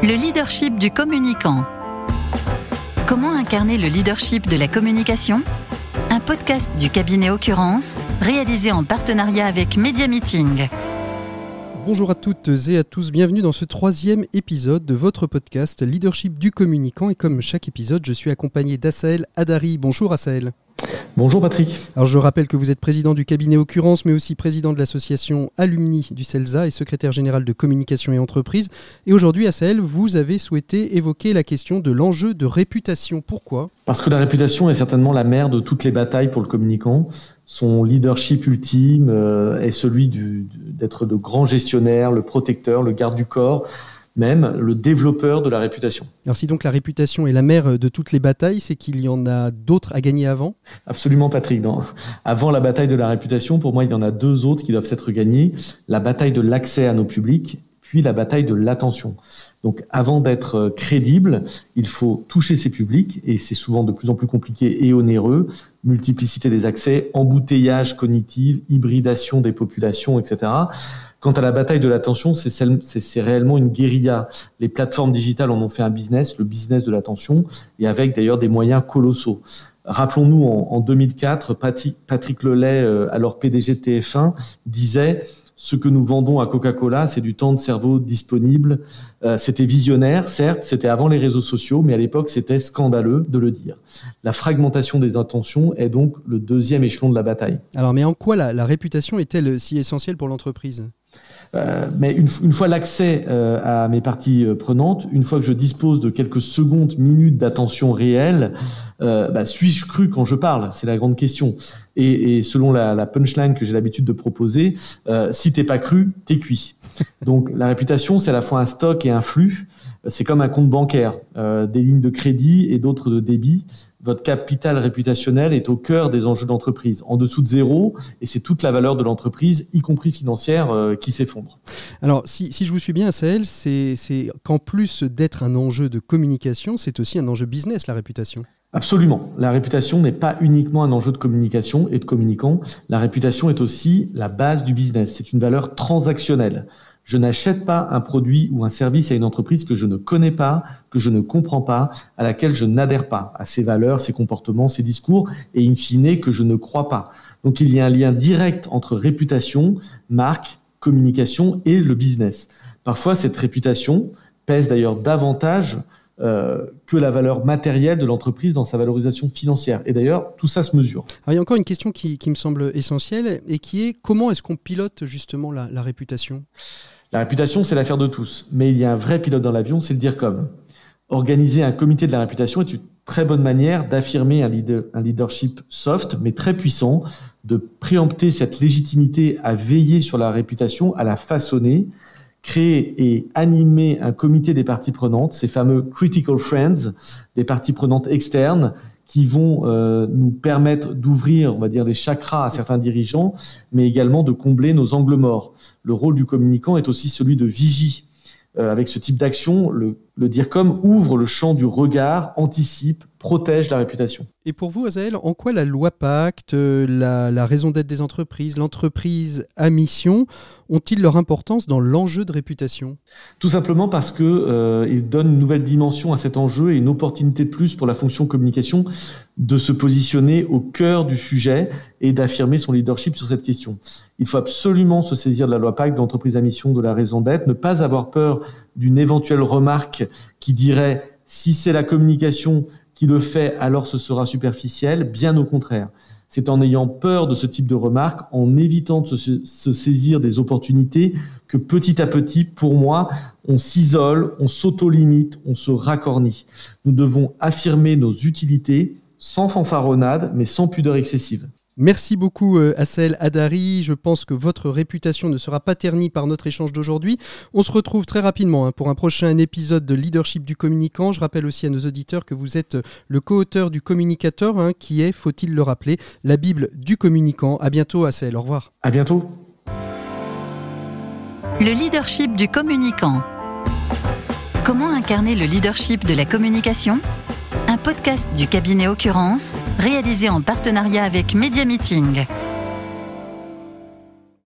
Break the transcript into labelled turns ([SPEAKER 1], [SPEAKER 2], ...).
[SPEAKER 1] Le leadership du communicant. Comment incarner le leadership de la communication ? Un podcast du cabinet Occurrence, réalisé en partenariat avec Media Meeting.
[SPEAKER 2] Bonjour à toutes et à tous, bienvenue dans ce 3e épisode de votre podcast Leadership du communicant. Et comme chaque épisode, je suis accompagné d'Assaël Hadari. Bonjour Assaël.
[SPEAKER 3] Bonjour Patrick.
[SPEAKER 2] Alors je rappelle que vous êtes président du cabinet Occurrence, mais aussi président de l'association Alumni du CELSA et secrétaire général de communication et entreprise. Et aujourd'hui, Assaël, vous avez souhaité évoquer la question de l'enjeu de réputation. Pourquoi ?
[SPEAKER 3] Parce que la réputation est certainement la mère de toutes les batailles pour le communicant. Son leadership ultime est celui d'être le grand gestionnaire, le protecteur, le garde du corps, même le développeur de la réputation.
[SPEAKER 2] Alors si donc la réputation est la mère de toutes les batailles, c'est qu'il y en a d'autres à gagner avant ?
[SPEAKER 3] Absolument Patrick. Avant la bataille de la réputation, pour moi, il y en a deux autres qui doivent s'être gagnées. La bataille de l'accès à nos publics, puis la bataille de l'attention. Donc avant d'être crédible, il faut toucher ses publics, et c'est souvent de plus en plus compliqué et onéreux. Multiplicité des accès, embouteillage cognitif, hybridation des populations, etc. Quant à la bataille de l'attention, c'est réellement une guérilla. Les plateformes digitales en ont fait un business, le business de l'attention, et avec d'ailleurs des moyens colossaux. Rappelons-nous, en 2004, Patrick Lelay, alors PDG de TF1, disait « Ce que nous vendons à Coca-Cola, c'est du temps de cerveau disponible. » C'était visionnaire, certes, c'était avant les réseaux sociaux, mais à l'époque, c'était scandaleux de le dire. La fragmentation des attentions est donc le deuxième échelon de la bataille.
[SPEAKER 2] Alors, mais en quoi la réputation est-elle si essentielle pour l'entreprise ?
[SPEAKER 3] Mais une fois l'accès à mes parties prenantes, une fois que je dispose de quelques secondes, minutes d'attention réelle, suis-je cru quand je parle ? C'est la grande question. Et selon la punchline que j'ai l'habitude de proposer, si t'es pas cru, t'es cuit. Donc la réputation, c'est à la fois un stock et un flux. C'est comme un compte bancaire, des lignes de crédit et d'autres de débit. Votre capital réputationnel est au cœur des enjeux d'entreprise. En dessous de zéro, et c'est toute la valeur de l'entreprise, y compris financière, qui s'effondre.
[SPEAKER 2] Alors, si je vous suis bien, Assaël, c'est qu'en plus d'être un enjeu de communication, c'est aussi un enjeu business, la réputation.
[SPEAKER 3] Absolument. La réputation n'est pas uniquement un enjeu de communication et de communicants. La réputation est aussi la base du business. C'est une valeur transactionnelle. Je n'achète pas un produit ou un service à une entreprise que je ne connais pas, que je ne comprends pas, à laquelle je n'adhère pas, à ses valeurs, ses comportements, ses discours, et in fine que je ne crois pas. Donc il y a un lien direct entre réputation, marque, communication et le business. Parfois, cette réputation pèse d'ailleurs davantage que la valeur matérielle de l'entreprise dans sa valorisation financière. Et d'ailleurs, tout ça se mesure.
[SPEAKER 2] Alors, il y a encore une question qui me semble essentielle et qui est comment est-ce qu'on pilote justement la réputation ?
[SPEAKER 3] La réputation, c'est l'affaire de tous. Mais il y a un vrai pilote dans l'avion, c'est le DIRCOM. Organiser un comité de la réputation est une très bonne manière d'affirmer un leadership soft, mais très puissant, de préempter cette légitimité à veiller sur la réputation, à la façonner, créer et animer un comité des parties prenantes, ces fameux critical friends, des parties prenantes externes, qui vont nous permettre d'ouvrir, on va dire, des chakras à certains dirigeants, mais également de combler nos angles morts. Le rôle du communicant est aussi celui de vigie. Avec ce type d'action, le DIRCOM ouvre le champ du regard, anticipe, protège la réputation.
[SPEAKER 2] Et pour vous, Assaël, en quoi la loi Pacte, la raison d'être des entreprises, l'entreprise à mission, ont-ils leur importance dans l'enjeu de réputation ?
[SPEAKER 3] Tout simplement parce qu'ils donnent une nouvelle dimension à cet enjeu et une opportunité de plus pour la fonction communication de se positionner au cœur du sujet et d'affirmer son leadership sur cette question. Il faut absolument se saisir de la loi Pacte, de l'entreprise à mission, de la raison d'être, ne pas avoir peur d'une éventuelle remarque qui dirait « si c'est la communication qui le fait, alors ce sera superficiel », bien au contraire. C'est en ayant peur de ce type de remarques, en évitant de se saisir des opportunités, que petit à petit, pour moi, on s'isole, on s'auto-limite, on se racornit. Nous devons affirmer nos utilités, sans fanfaronnade, mais sans pudeur excessive.
[SPEAKER 2] Merci beaucoup Assaël Hadari, je pense que votre réputation ne sera pas ternie par notre échange d'aujourd'hui. On se retrouve très rapidement pour un prochain épisode de Leadership du communicant. Je rappelle aussi à nos auditeurs que vous êtes le co-auteur du Communicateur, qui est, faut-il le rappeler, la Bible du communicant. À bientôt Assaël, au revoir.
[SPEAKER 3] À bientôt.
[SPEAKER 1] Le leadership du communicant. Comment incarner le leadership de la communication ? Un podcast du cabinet Occurrence, réalisé en partenariat avec Media Meeting.